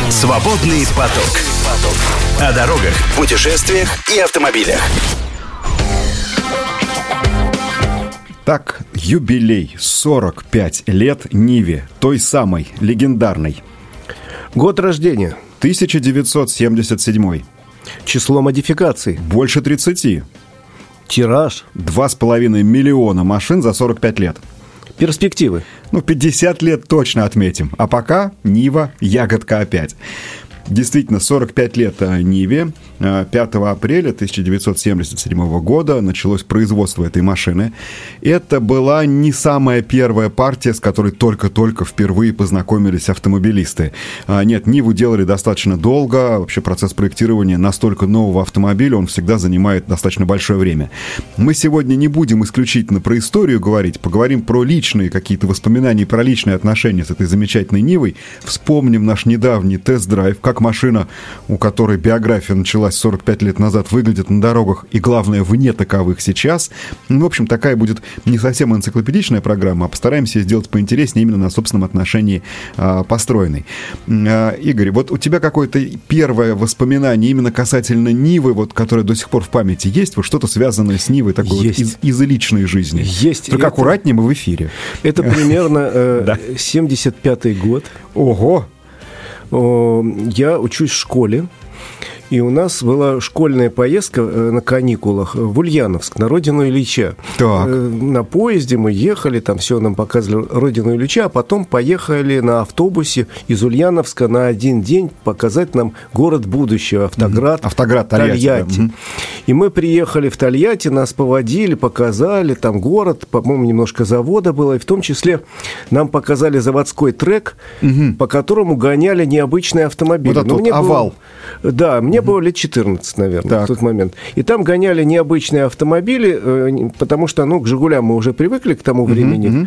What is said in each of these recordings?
Свободный поток. О дорогах, путешествиях и автомобилях. Так, юбилей 45 лет Ниве, той самой легендарной. Год рождения 1977. Число модификаций Больше 30. Тираж 2,5 миллиона машин за 45 лет. Перспективы 50 лет точно отметим. А пока Нива, ягодка опять. Действительно, 45 лет Ниве. 5 апреля 1977 года началось производство этой машины. Это была не самая первая партия, с которой только-только впервые познакомились автомобилисты. Нет, Ниву делали достаточно долго. Вообще процесс проектирования настолько нового автомобиля, он всегда занимает достаточно большое время. Мы сегодня не будем исключительно про историю говорить, поговорим про личные какие-то воспоминания, про личные отношения с этой замечательной Нивой. Вспомним наш недавний тест-драйв, как машина, у которой биография началась 45 лет назад, выглядит на дорогах, и, главное, вне таковых сейчас. В общем, такая будет не совсем энциклопедичная программа, а постараемся сделать поинтереснее именно на собственном отношении построенной. Игорь, вот у тебя какое-то первое воспоминание именно касательно Нивы, вот, которое до сих пор в памяти есть, вот что-то связанное с Нивой, такое вот из личной жизни? Есть. Только аккуратнее, мы в эфире. Это примерно 75-й год. Ого! Я учусь в школе, и у нас была школьная поездка на каникулах в Ульяновск, на родину Ильича. Так. На поезде мы ехали, там все нам показывали родину Ильича, а потом поехали на автобусе из Ульяновска на один день показать нам город будущего, Автоград. Автоград, Тольятти. Да. И мы приехали в Тольятти, нас поводили, показали, там город, по-моему, немножко завода было, и в том числе нам показали заводской трек, по которому гоняли необычные автомобили. Вот этот вот овал. Да, мне было лет 14, наверное, в тот момент. И там гоняли необычные автомобили, потому что, к «Жигулям» мы уже привыкли к тому времени,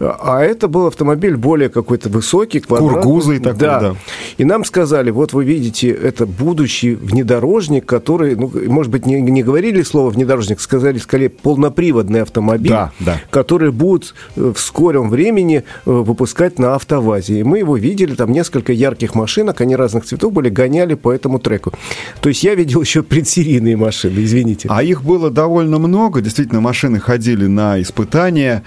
а это был автомобиль более какой-то высокий, квадратный. Кургузый такой, да. И нам сказали, вот вы видите, это будущий внедорожник, который, может быть, не говорили слово «внедорожник», сказали, скорее, полноприводный автомобиль, который будут в скором времени выпускать на АвтоВАЗе. И мы его видели, там несколько ярких машинок, они разных цветов были, гоняли по этому треку. То есть я видел еще предсерийные машины, извините. А их было довольно много. Действительно, машины ходили на испытания.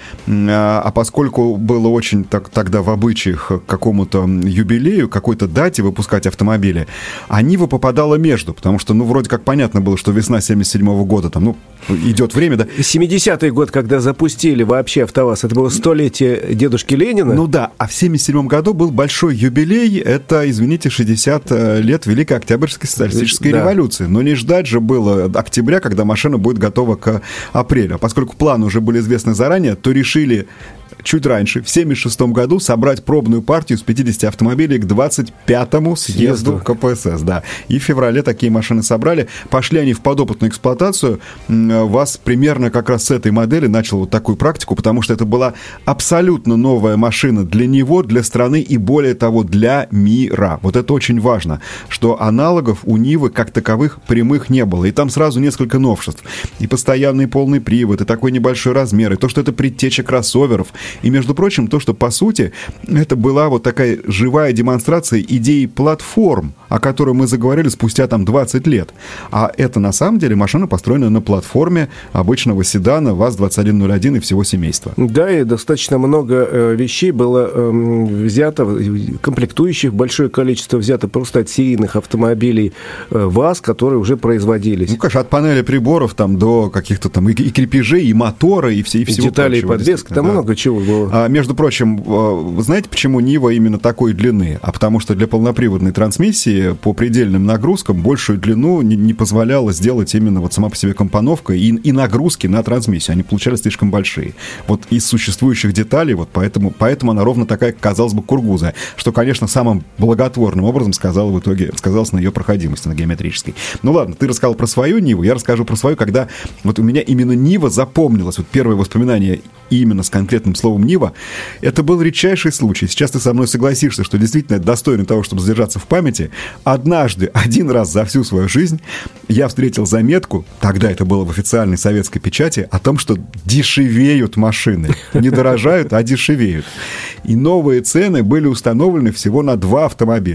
А поскольку было очень тогда в обычаях к какому-то юбилею, какой-то дате выпускать автомобили, а Нива попадала между. Потому что, вроде как понятно было, что весна 77-го года, там, идет время, да. 70-й год, когда запустили вообще АвтоВАЗ, это было 100-летие дедушки Ленина. А в 77-м году был большой юбилей. Это, извините, 60 лет Великой Октябрьской социалистической революции. Но не ждать же было октября, когда машина будет готова к апрелю. А поскольку планы уже были известны заранее, то решили чуть раньше, в 1976 году, собрать пробную партию с 50 автомобилей к 25-му съезду КПСС. Да. И в феврале такие машины собрали. Пошли они в подопытную эксплуатацию. ВАЗ примерно как раз с этой модели начал вот такую практику, потому что это была абсолютно новая машина для него, для страны и, более того, для мира. Вот это очень важно, что аналогов у Нивы как таковых прямых не было. И там сразу несколько новшеств. И постоянный полный привод, и такой небольшой размер, и то, что это предтеча кроссоверов. И, между прочим, то, что, по сути, это была вот такая живая демонстрация идеи платформ, о которой мы заговорили спустя 20 лет. А это, на самом деле, машина построена на платформе обычного седана ВАЗ-2101 и всего семейства. Да, и достаточно много вещей было взято, комплектующих большое количество взято просто от серийных автомобилей ВАЗ, которые уже производились. Конечно, от панели приборов до каких-то и крепежей, и мотора, и всего прочего. Деталей подвески, там много чего было. Между прочим, вы знаете, почему Нива именно такой длины? А потому что для полноприводной трансмиссии по предельным нагрузкам большую длину не позволяла сделать именно вот сама по себе компоновка и нагрузки на трансмиссию. Они получались слишком большие. Вот из существующих деталей, вот поэтому она ровно такая, казалось бы, кургузая. Что, конечно, самым благотворным образом сказалось на ее проходимости, на геометрической. Ладно, ты рассказал про свою Ниву, я расскажу про свою, когда вот у меня именно Нива запомнилась. Вот первое воспоминание именно с конкретным словом Нива, это был редчайший случай. Сейчас ты со мной согласишься, что действительно это достойно того, чтобы задержаться в памяти. Однажды, один раз за всю свою жизнь, я встретил заметку, тогда это было в официальной советской печати, о том, что дешевеют машины. Не дорожают, а дешевеют. И новые цены были установлены всего на 2 автомобиля.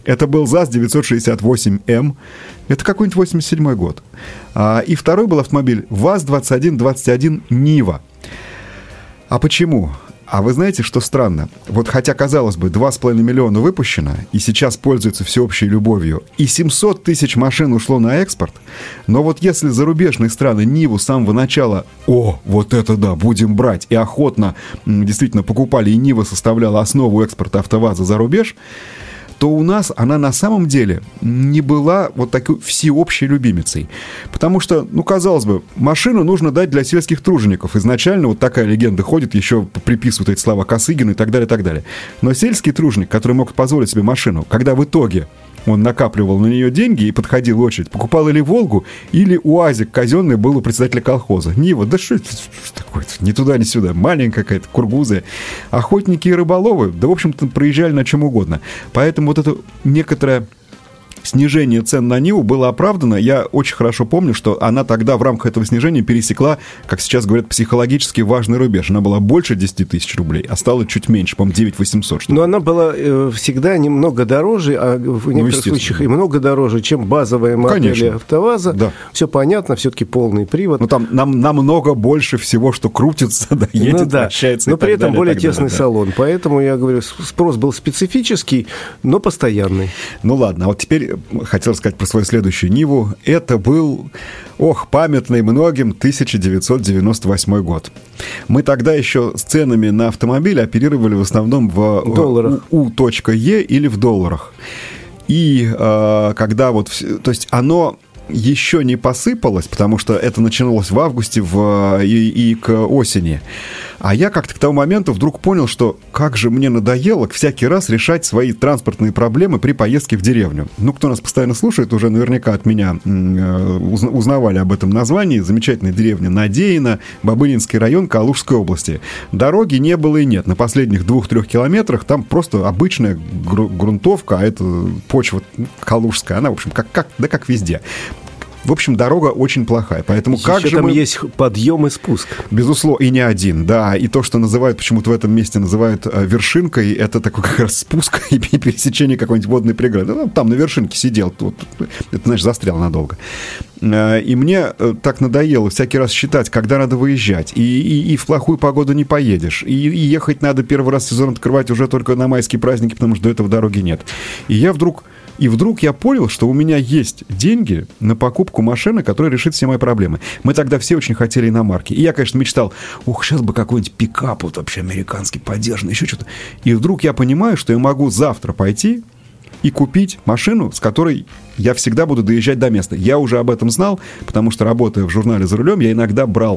Это был ЗАЗ-968М. Это какой-нибудь 87-й год. И второй был автомобиль ВАЗ-2121 Нива. А почему? А вы знаете, что странно? Вот хотя, казалось бы, 2,5 миллиона выпущено, и сейчас пользуется всеобщей любовью, и 700 тысяч машин ушло на экспорт, но вот если зарубежные страны Ниву с самого начала, вот это да, будем брать, и охотно действительно покупали, и Нива составляла основу экспорта АвтоВАЗа за рубеж, то у нас она на самом деле не была вот такой всеобщей любимицей. Потому что, казалось бы, машину нужно дать для сельских тружеников. Изначально вот такая легенда ходит, еще приписывают эти слова Косыгину и так далее, и так далее. Но сельский труженик, который мог позволить себе машину, когда в итоге он накапливал на нее деньги и подходил в очередь, покупал или «Волгу», или УАЗик казенный был у председателя колхоза. Нива, да что это такое? Ни туда, ни сюда. Маленькая какая-то, кургузая. Охотники и рыболовы, да, в общем-то, проезжали на чем угодно. Поэтому вот это некоторое снижение цен на Ниву было оправдано. Я очень хорошо помню, что она тогда в рамках этого снижения пересекла, как сейчас говорят, психологически важный рубеж. Она была больше 10 тысяч рублей, а стала чуть меньше, по-моему, 9 800. Но она была всегда немного дороже, а в некоторых случаях и много дороже, чем базовая модель АвтоВАЗа. Да. Все понятно, все-таки полный привод. Там намного больше всего, что крутится, да, едет, вращается. Но при этом более тесный салон. Поэтому, я говорю, спрос был специфический, но постоянный. Ну ладно, а вот теперь хотел сказать про свою следующую Ниву. Это был, памятный многим 1998 год. Мы тогда еще с ценами на автомобиль оперировали в основном в долларах. У.Е или в долларах. И когда то есть оно еще не посыпалось, потому что это начиналось в августе и к осени. А я как-то к тому моменту вдруг понял, что как же мне надоело всякий раз решать свои транспортные проблемы при поездке в деревню. Кто нас постоянно слушает, уже наверняка от меня узнавали об этом названии. Замечательная деревня Надеино, Бобылинский район, Калужской области. Дороги не было и нет. На последних 2-3 километрах там просто обычная грунтовка, а это почва калужская. Она, в общем, как везде. В общем, дорога очень плохая, поэтому еще как же там есть подъем и спуск. Безусловно, и не один, да. И то, что называют, почему-то в этом месте называют вершинкой, это такой как раз спуск и пересечение какой-нибудь водной преграды. Там на вершинке сидел, это, знаешь, застрял надолго. И мне так надоело всякий раз считать, когда надо выезжать. И в плохую погоду не поедешь. И ехать надо первый раз сезон открывать уже только на майские праздники, потому что до этого дороги нет. И вдруг я понял, что у меня есть деньги на покупку машины, которая решит все мои проблемы. Мы тогда все очень хотели иномарки. И я, конечно, мечтал, сейчас бы какой-нибудь пикап, вообще американский, подержанный, еще что-то. И вдруг я понимаю, что я могу завтра пойти и купить машину, с которой я всегда буду доезжать до места. Я уже об этом знал, потому что, работая в журнале «За рулем», я иногда брал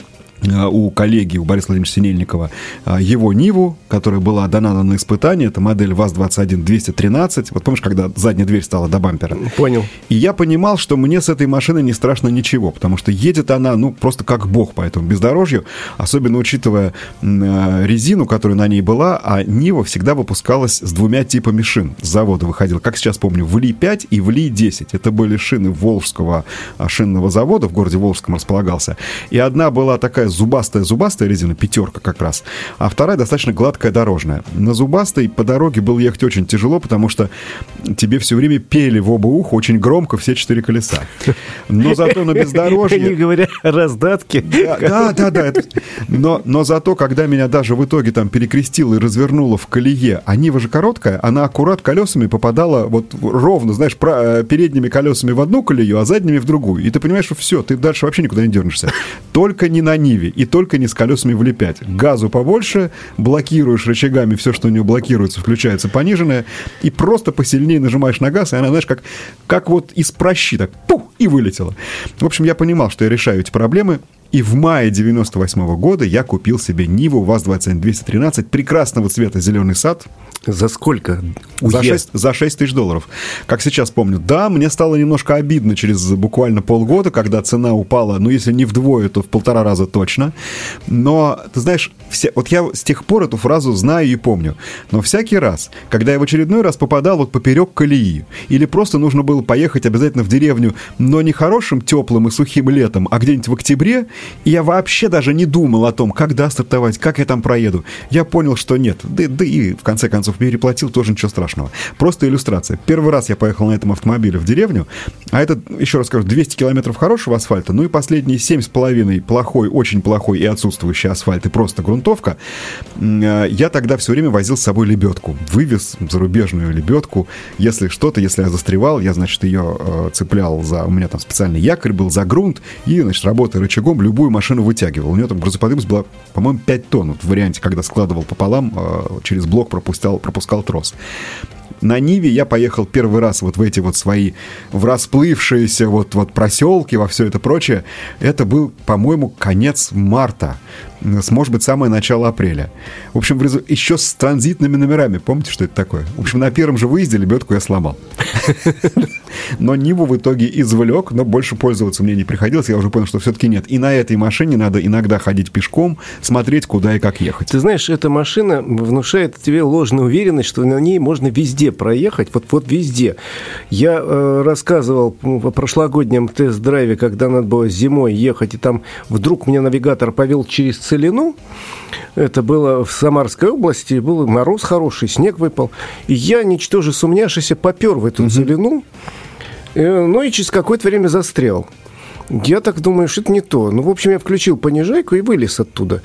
у коллеги, у Бориса Владимировича Синельникова, его Ниву, которая была дана на испытание. Это модель ВАЗ-21-213. Вот помнишь, когда задняя дверь стала до бампера? Понял. И я понимал, что мне с этой машиной не страшно ничего, потому что едет она, просто как бог по этому бездорожью, особенно учитывая резину, которая на ней была, а Нива всегда выпускалась с 2 типами шин. С завода выходил, как сейчас помню, в Ли-5 и в Ли-10. Это были шины Волжского шинного завода, в городе Волжском располагался. И одна была такая зубастая резина, 5 как раз, а вторая достаточно гладкая дорожная. На зубастой по дороге было ехать очень тяжело, потому что тебе все время пели в оба уха очень громко все 4 колеса. Но зато на бездорожье... Не говоря о раздатке. Да. Но зато, когда меня даже в итоге там перекрестило и развернуло в колее, а Нива же короткая, она аккурат колесами попадала вот ровно, знаешь, передними колесами в одну колею, а задними в другую. И ты понимаешь, что все, ты дальше вообще никуда не дернешься. Только не на Ниве. И только не с колесами в Ли-5. Газу побольше, блокируешь рычагами все, что у нее блокируется, включается пониженное, и просто посильнее нажимаешь на газ, и она, знаешь, как вот из прощи, так, и вылетела. В общем, я понимал, что я решаю эти проблемы, и в мае 98 года я купил себе Ниву ВАЗ-21-213 прекрасного цвета зеленый сад. За сколько? За $6 тысяч. Как сейчас помню. Да, мне стало немножко обидно через буквально полгода, когда цена упала, если не вдвое, то в 1,5 раза точно. Но, ты знаешь, вот я с тех пор эту фразу знаю и помню. Но всякий раз, когда я в очередной раз попадал вот поперек колеи, или просто нужно было поехать обязательно в деревню, но не хорошим, теплым и сухим летом, а где-нибудь в октябре, И я вообще даже не думал о том, когда стартовать, как я там проеду. Я понял, что нет. Да и в конце концов переплатил, тоже ничего страшного. Просто иллюстрация. Первый раз я поехал на этом автомобиле в деревню, а это, еще раз скажу, 200 километров хорошего асфальта, ну и последние 7,5 плохой, очень плохой и отсутствующий асфальт, и просто грунтовка. Я тогда все время возил с собой лебедку. Вывез зарубежную лебедку. Если что-то, если я застревал, я, значит, ее цеплял за... У меня там специальный якорь был за грунт, и, значит, работая рычагом, любую машину вытягивал. У нее там грузоподъемность была, по-моему, 5 тонн. Вот в варианте, когда складывал пополам, через блок пропускал трос. На Ниве я поехал первый раз вот в эти вот свои в расплывшиеся вот проселки, во все это прочее. Это был, по-моему, конец марта. Может быть, самое начало апреля. В общем, еще с транзитными номерами. Помните, что это такое? В общем, на первом же выезде лебедку я сломал. Но Ниву в итоге извлек, но больше пользоваться мне не приходилось. Я уже понял, что все-таки нет. И на этой машине надо иногда ходить пешком, смотреть, куда и как ехать. Ты знаешь, эта машина внушает тебе ложную уверенность, что на ней можно везде проехать, вот везде. Я рассказывал о прошлогоднем тест-драйве, когда надо было зимой ехать, и там вдруг меня навигатор повел через Целину. Это было в Самарской области, был мороз хороший, снег выпал. И я, ничтоже сумняшися, попер в эту Целину, ну и через какое-то время застрял. Я так думаю, что это не то. Ну, в общем, я включил понижайку и вылез оттуда.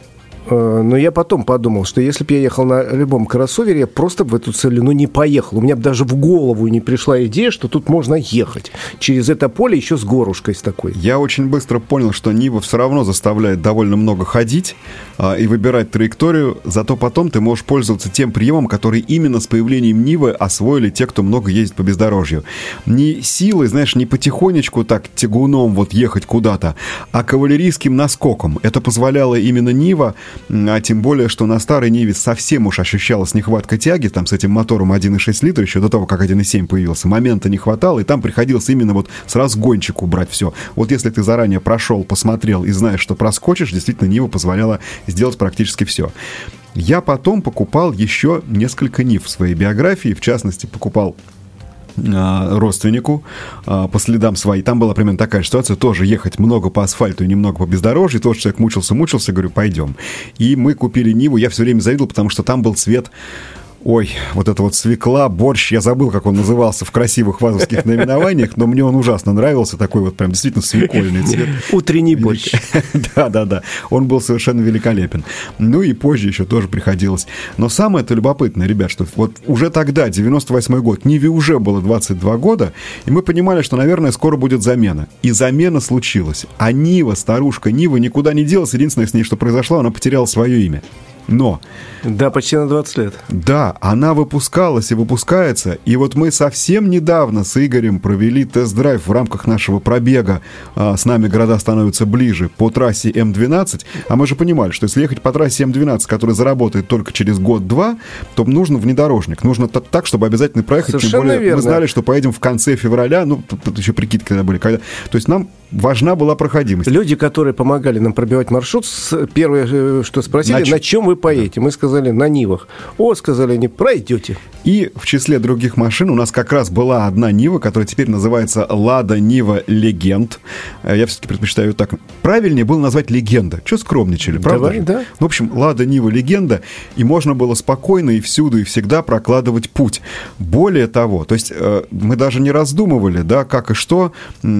Но я потом подумал, что если бы я ехал на любом кроссовере, я просто в эту Целину не поехал. У меня бы даже в голову не пришла идея, что тут можно ехать через это поле еще с горушкой с такой. Я очень быстро понял, что Нива все равно заставляет довольно много ходить и выбирать траекторию, зато потом ты можешь пользоваться тем приемом, который именно с появлением Нивы освоили те, кто много ездит по бездорожью. Не силой, знаешь, не потихонечку так тягуном вот ехать куда-то, а кавалерийским наскоком. Это позволяло именно Нива. А тем более, что на старой Ниве совсем уж ощущалась нехватка тяги, там с этим мотором 1,6 литра, еще до того, как 1,7 появился, момента не хватало, и там приходилось именно вот с разгончику брать все. Вот если ты заранее прошел, посмотрел и знаешь, что проскочишь, действительно, Нива позволяла сделать практически все. Я потом покупал еще несколько Нив в своей биографии, в частности, покупал родственнику по следам своей. Там была примерно такая ситуация, тоже ехать много по асфальту и немного по бездорожью. Тот человек мучился, говорю, пойдем. И мы купили Ниву, я все время завидовал, потому что там был цвет... Ой, вот это вот свекла, борщ, я забыл, как он назывался в красивых вазовских наименованиях, но мне он ужасно нравился, такой вот прям действительно свекольный цвет. Утренний борщ. Да, он был совершенно великолепен. Ну и позже еще тоже приходилось. Но самое-то любопытное, ребят, что вот уже тогда, 98-й год, Ниве уже было 22 года, и мы понимали, что, наверное, скоро будет замена. И замена случилась. А Нива, старушка Нива, никуда не делась. Единственное с ней, что произошло, она потеряла свое имя. Но... Да, почти на 20 лет. Да, она выпускалась и выпускается. И вот мы совсем недавно с Игорем провели тест-драйв в рамках нашего пробега «С нами города становятся ближе» по трассе М12. А мы же понимали, что если ехать по трассе М12, которая заработает только через год-два, то нужно внедорожник. Нужно так, чтобы обязательно проехать. Совершенно тем более верно. Мы знали, что поедем в конце февраля. Ну, тут еще прикидки когда были. То есть нам важна была проходимость. Люди, которые помогали нам пробивать маршрут, первое, что спросили, на чем вы поедете? Мы сказали, на Нивах. О, сказали они, пройдете. И в числе других машин у нас как раз была одна Нива, которая теперь называется Лада Нива Легенд. Я все-таки предпочитаю так. Правильнее было назвать Легенда. Что скромничали, правда? Давай, да. В общем, Лада Нива Легенда, и можно было спокойно и всюду, и всегда прокладывать путь. Более того, то есть мы даже не раздумывали, да, как и что,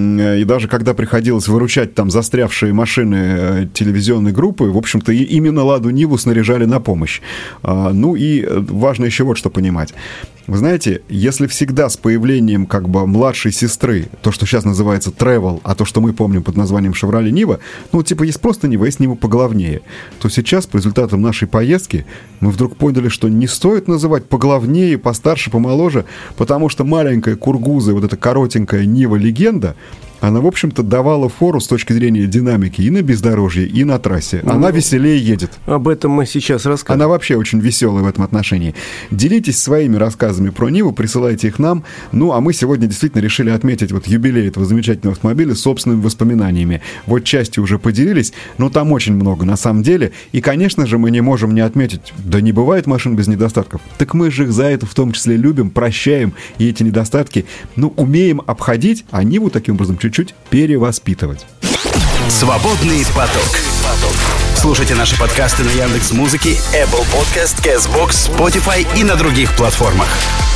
и даже когда приходилось выручать там застрявшие машины телевизионной группы, в общем-то, и именно Ладу Ниву снаряжали на помощь. Ну и важно еще вот что понимать. Вы знаете, если всегда с появлением как бы младшей сестры, то, что сейчас называется Travel, а то, что мы помним под названием Chevrolet Niva, ну, типа, есть просто Нива, есть Нива поглавнее, то сейчас, по результатам нашей поездки, мы вдруг поняли, что не стоит называть поглавнее, постарше, помоложе, потому что маленькая кургуза, вот эта коротенькая Нива Легенда, она, в общем-то, давала фору с точки зрения динамики и на бездорожье, и на трассе. Она веселее едет. Об этом мы сейчас расскажем. Она вообще очень веселая в этом отношении. Делитесь своими рассказами про Ниву, присылайте их нам. Ну, а мы сегодня действительно решили отметить вот юбилей этого замечательного автомобиля собственными воспоминаниями. Вот части уже поделились, но там очень много на самом деле. И, конечно же, мы не можем не отметить, да не бывает машин без недостатков. Так мы же их за это в том числе любим, прощаем, и эти недостатки, ну, умеем обходить, а Ниву таким образом чуть-чуть перевоспитывать. Свободный поток. Слушайте наши подкасты на Яндекс.Музыке, Apple Podcast, Castbox, Spotify и на других платформах.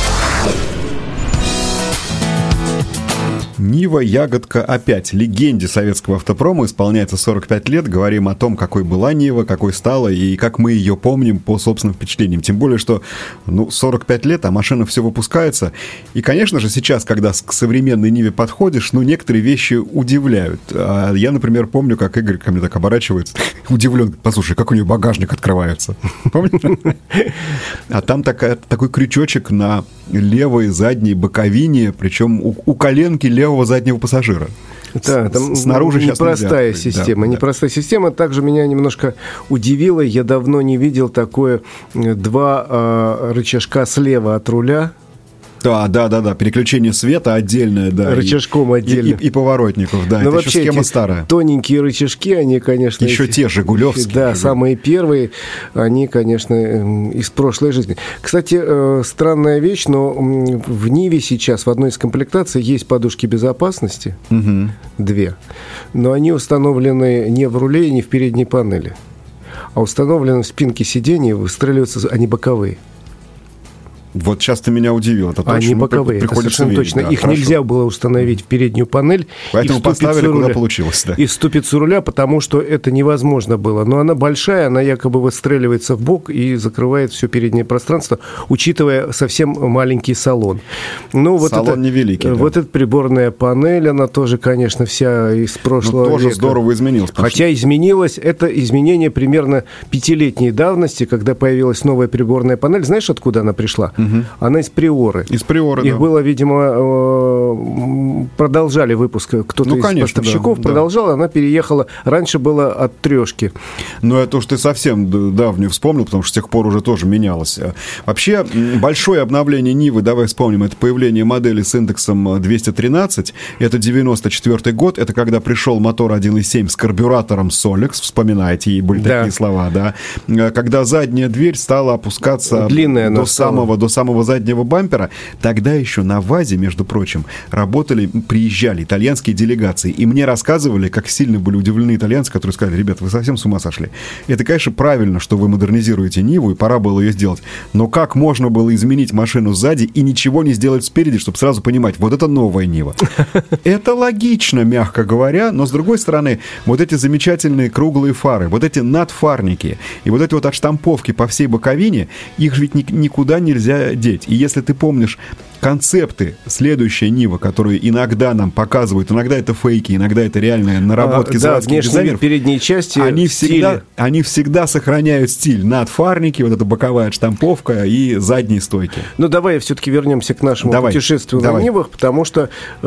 Нива Ягодка опять. Легенде советского автопрома исполняется 45 лет. Говорим о том, какой была Нива, какой стала и как мы ее помним по собственным впечатлениям. Тем более, что 45 лет, а машина все выпускается. И, конечно же, сейчас, когда к современной Ниве подходишь, некоторые вещи удивляют. Я, например, помню, как Игорь ко мне так оборачивается, удивлен. Послушай, как у нее багажник открывается. Помнишь? А там такой крючочек на левой задней боковине, причем у коленки левого заднего пассажира. Да, там снаружи непростая система. Непростая система. Также меня немножко удивило. Я давно не видел такое: два рычажка слева от руля. Да. Переключение света отдельное, да. Рычажком отдельно. И поворотников, да. Но это вообще еще схема старая. Тоненькие рычажки, они, конечно... Еще те жигулевские. Да, самые первые, они, конечно, из прошлой жизни. Кстати, странная вещь, но в Ниве сейчас в одной из комплектаций есть подушки безопасности. Угу. 2. Но они установлены не в руле и не в передней панели, а установлены в спинке сиденья, выстреливаются, они боковые. Вот сейчас ты меня удивил. Это точно, они боковые, это совершенно верить, точно. Да, их хорошо. Нельзя было установить в переднюю панель. Поэтому поставили, куда получилось. Да. И вступить с руля, потому что это невозможно было. Но она большая, она якобы выстреливается в бок и закрывает все переднее пространство, учитывая совсем маленький салон. Салон невеликий. Да. Вот эта приборная панель, она тоже, конечно, вся из прошлого века. Тоже здорово изменилась. Хотя изменилось, это изменение примерно 5-летней давности, когда появилась новая приборная панель. Знаешь, откуда она пришла? Угу. Она из Приоры. Из Приоры, Их было, видимо, продолжали выпуск. Кто-то из поставщиков продолжал, она переехала. Раньше было от Трешки. Это уж ты совсем давнюю вспомнил, потому что с тех пор уже тоже менялось. Вообще, большое обновление Нивы, давай вспомним, это появление модели с индексом 213. Это 94 год. Это когда пришел мотор 1.7 с карбюратором Solex. Вспоминаете, были такие слова, да. Когда задняя дверь стала опускаться до самого заднего бампера. Тогда еще на ВАЗе, между прочим, приезжали итальянские делегации. И мне рассказывали, как сильно были удивлены итальянцы, которые сказали: ребята, вы совсем с ума сошли. Это, конечно, правильно, что вы модернизируете Ниву, и пора было ее сделать. Но как можно было изменить машину сзади и ничего не сделать спереди, чтобы сразу понимать, вот это новая Нива? Это логично, мягко говоря, но, с другой стороны, вот эти замечательные круглые фары, вот эти надфарники и вот эти вот отштамповки по всей боковине, их ведь никуда нельзя деть. И если ты помнишь концепты следующей Нивы, которые иногда нам показывают, иногда это фейки, иногда это реальные наработки заводских дизайнеров, передние части, они всегда сохраняют стиль. Надфарники, вот эта боковая отштамповка и задние стойки. Давай все-таки вернемся к нашему путешествию на Нивах, потому что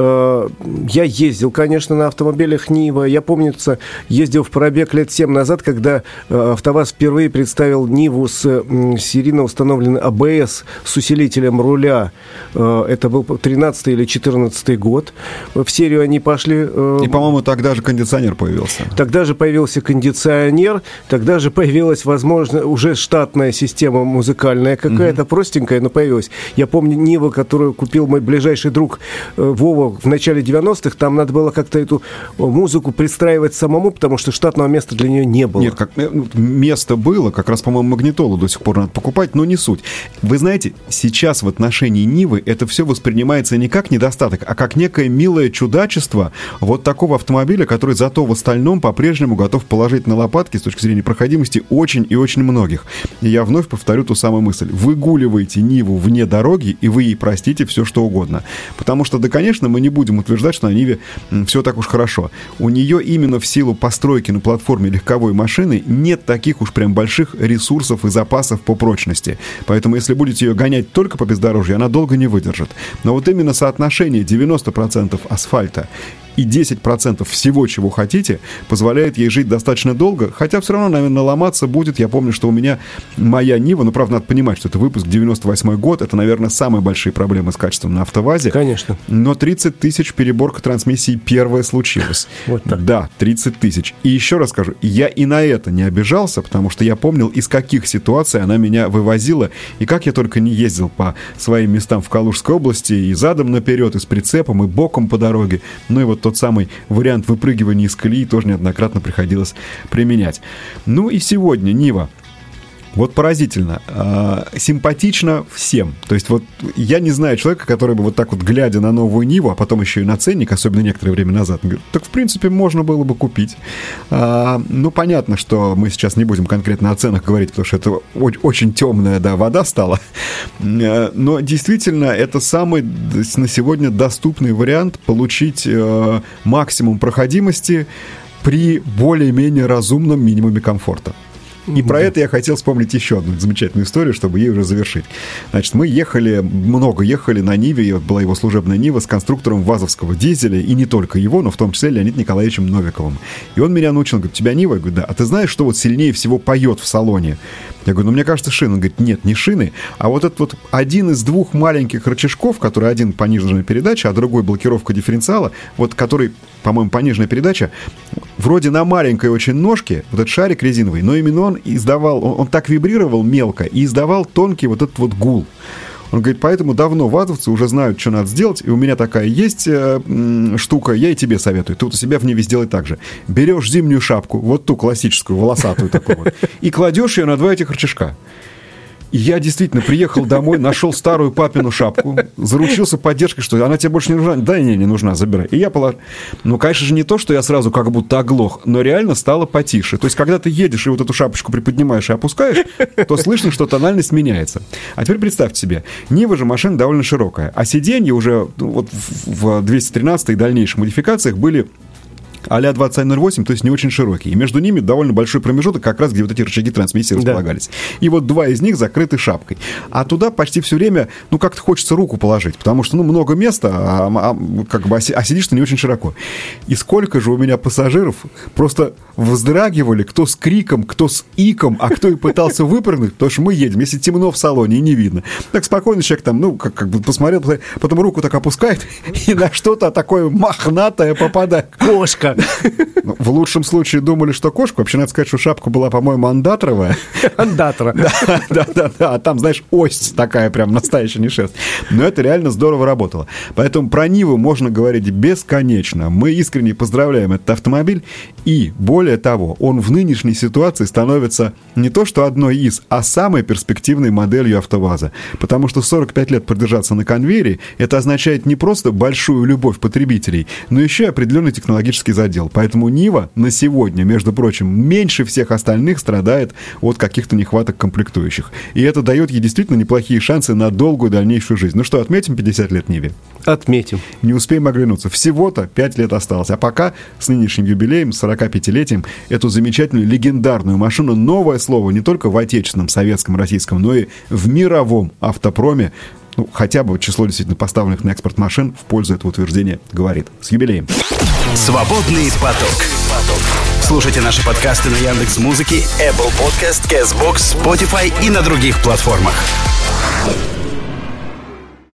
я ездил, конечно, на автомобилях Нива. Я, помнится, ездил в пробег лет 7 назад, когда АвтоВАЗ впервые представил Ниву с серийно установленной АБС с усилителем руля. Это был 13-й или 14-й год. В серию они пошли... И, по-моему, тогда же кондиционер появился. Тогда же появился кондиционер, тогда же появилась, возможно, уже штатная система музыкальная какая-то, простенькая, но появилась. Я помню Ниву, которую купил мой ближайший друг Вова в начале 90-х. Там надо было как-то эту музыку пристраивать самому, потому что штатного места для нее не было. Нет, место было, как раз, по-моему, магнитолу до сих пор надо покупать, но не суть. Вы знаете, сейчас в отношении Нивы это все воспринимается не как недостаток, а как некое милое чудачество вот такого автомобиля, который зато в остальном по-прежнему готов положить на лопатки с точки зрения проходимости очень и очень многих. И я вновь повторю ту самую мысль. Выгуливайте Ниву вне дороги, и вы ей простите все, что угодно. Потому что, да, конечно, мы не будем утверждать, что на Ниве все так уж хорошо. У нее именно в силу постройки на платформе легковой машины нет таких уж прям больших ресурсов и запасов по прочности. Поэтому, если будете ее гонять только по бездорожью, она долго не выдержит. Но вот именно соотношение 90% асфальта и 10% всего, чего хотите, позволяет ей жить достаточно долго, хотя все равно, наверное, ломаться будет. Я помню, что у меня моя Нива, правда, надо понимать, что это выпуск 98-й год, это, наверное, самые большие проблемы с качеством на АвтоВАЗе. Конечно. Но 30 тысяч переборка трансмиссии первая случилась. Вот так. Да, 30 тысяч. И еще раз скажу, я и на это не обижался, потому что я помнил, из каких ситуаций она меня вывозила, и как я только не ездил по своим местам в Калужской области, и задом наперед, и с прицепом, и боком по дороге. И вот тот самый вариант выпрыгивания из колеи тоже неоднократно приходилось применять. Ну и сегодня Нива. Вот поразительно. Симпатично всем. То есть вот я не знаю человека, который бы вот так вот, глядя на новую Ниву, а потом еще и на ценник, особенно некоторое время назад, говорит, так в принципе можно было бы купить. Ну, понятно, что мы сейчас не будем конкретно о ценах говорить, потому что это очень темная, да, вода стала. Но действительно, это самый на сегодня доступный вариант получить максимум проходимости при более-менее разумном минимуме комфорта. И про это я хотел вспомнить еще одну замечательную историю, чтобы ей уже завершить. Значит, мы много ехали на Ниве, была его служебная Нива, с конструктором вазовского дизеля, и не только его, но в том числе Леонидом Николаевичем Новиковым. И он меня научил, говорит, у тебя Нива? Я говорю, да. А ты знаешь, что вот сильнее всего поет в салоне? Я говорю, ну, мне кажется, шины. Он говорит, нет, не шины, а вот этот вот один из двух маленьких рычажков, который один пониженная передача, а другой блокировка дифференциала, вот который, по-моему, пониженная передача, вроде на маленькой очень ножке, вот этот шарик резиновый, но именно он издавал, он так вибрировал мелко и издавал тонкий вот этот вот гул. Он говорит, поэтому давно вазовцы уже знают, что надо сделать, и у меня такая есть штука, я и тебе советую. Ты вот у себя в Ниве сделай так же. Берешь зимнюю шапку, вот ту классическую, волосатую такую вот, и кладешь ее на два этих рычажка. И я действительно приехал домой, нашел старую папину шапку, заручился поддержкой, что она тебе больше не нужна. Да, не нужна, забирай. И я положил. Ну, конечно же, не то, что я сразу как будто оглох, но реально стало потише. То есть, когда ты едешь и вот эту шапочку приподнимаешь и опускаешь, то слышно, что тональность меняется. А теперь представьте себе, Нива же машина довольно широкая, а сиденья уже вот в 213 и дальнейших модификациях были а-ля 2108, то есть не очень широкие. И между ними довольно большой промежуток, как раз где вот эти рычаги трансмиссии располагались. И вот два из них закрыты шапкой. А туда почти все время, ну, как-то хочется руку положить, потому что, ну, много места, а сидишь-то не очень широко. И сколько же у меня пассажиров просто вздрагивали, кто с криком, кто с иком, а кто и пытался выпрыгнуть, потому что мы едем, если темно в салоне и не видно. Так спокойно человек там, ну, как бы посмотрел, потом руку так опускает, и на что-то такое мохнатое попадает. Кошка. В лучшем случае думали, что кошка. Вообще, надо сказать, что шапка была, по-моему, андатровая. Андатра. Да. А там, знаешь, ось такая прям настоящая, не шерсть. Но это реально здорово работало. Поэтому про Ниву можно говорить бесконечно. Мы искренне поздравляем этот автомобиль. И, более того, он в нынешней ситуации становится не то что одной из, а самой перспективной моделью АвтоВАЗа. Потому что 45 лет продержаться на конвейере, это означает не просто большую любовь потребителей, но еще и определенный технологический задел. Поэтому Нива на сегодня, между прочим, меньше всех остальных страдает от каких-то нехваток комплектующих. И это дает ей действительно неплохие шансы на долгую дальнейшую жизнь. Ну что, отметим 50 лет Ниве? Отметим. Не успеем оглянуться. Всего-то 5 лет осталось. А пока с нынешним юбилеем, с 45-летием, эту замечательную, легендарную машину, новое слово не только в отечественном, советском, российском, но и в мировом автопроме, ну, хотя бы число действительно поставленных на экспорт машин в пользу этого утверждения говорит. С юбилеем. Свободный поток. Слушайте наши подкасты на Яндекс.Музыке, Apple Podcast, Castbox, Spotify и на других платформах.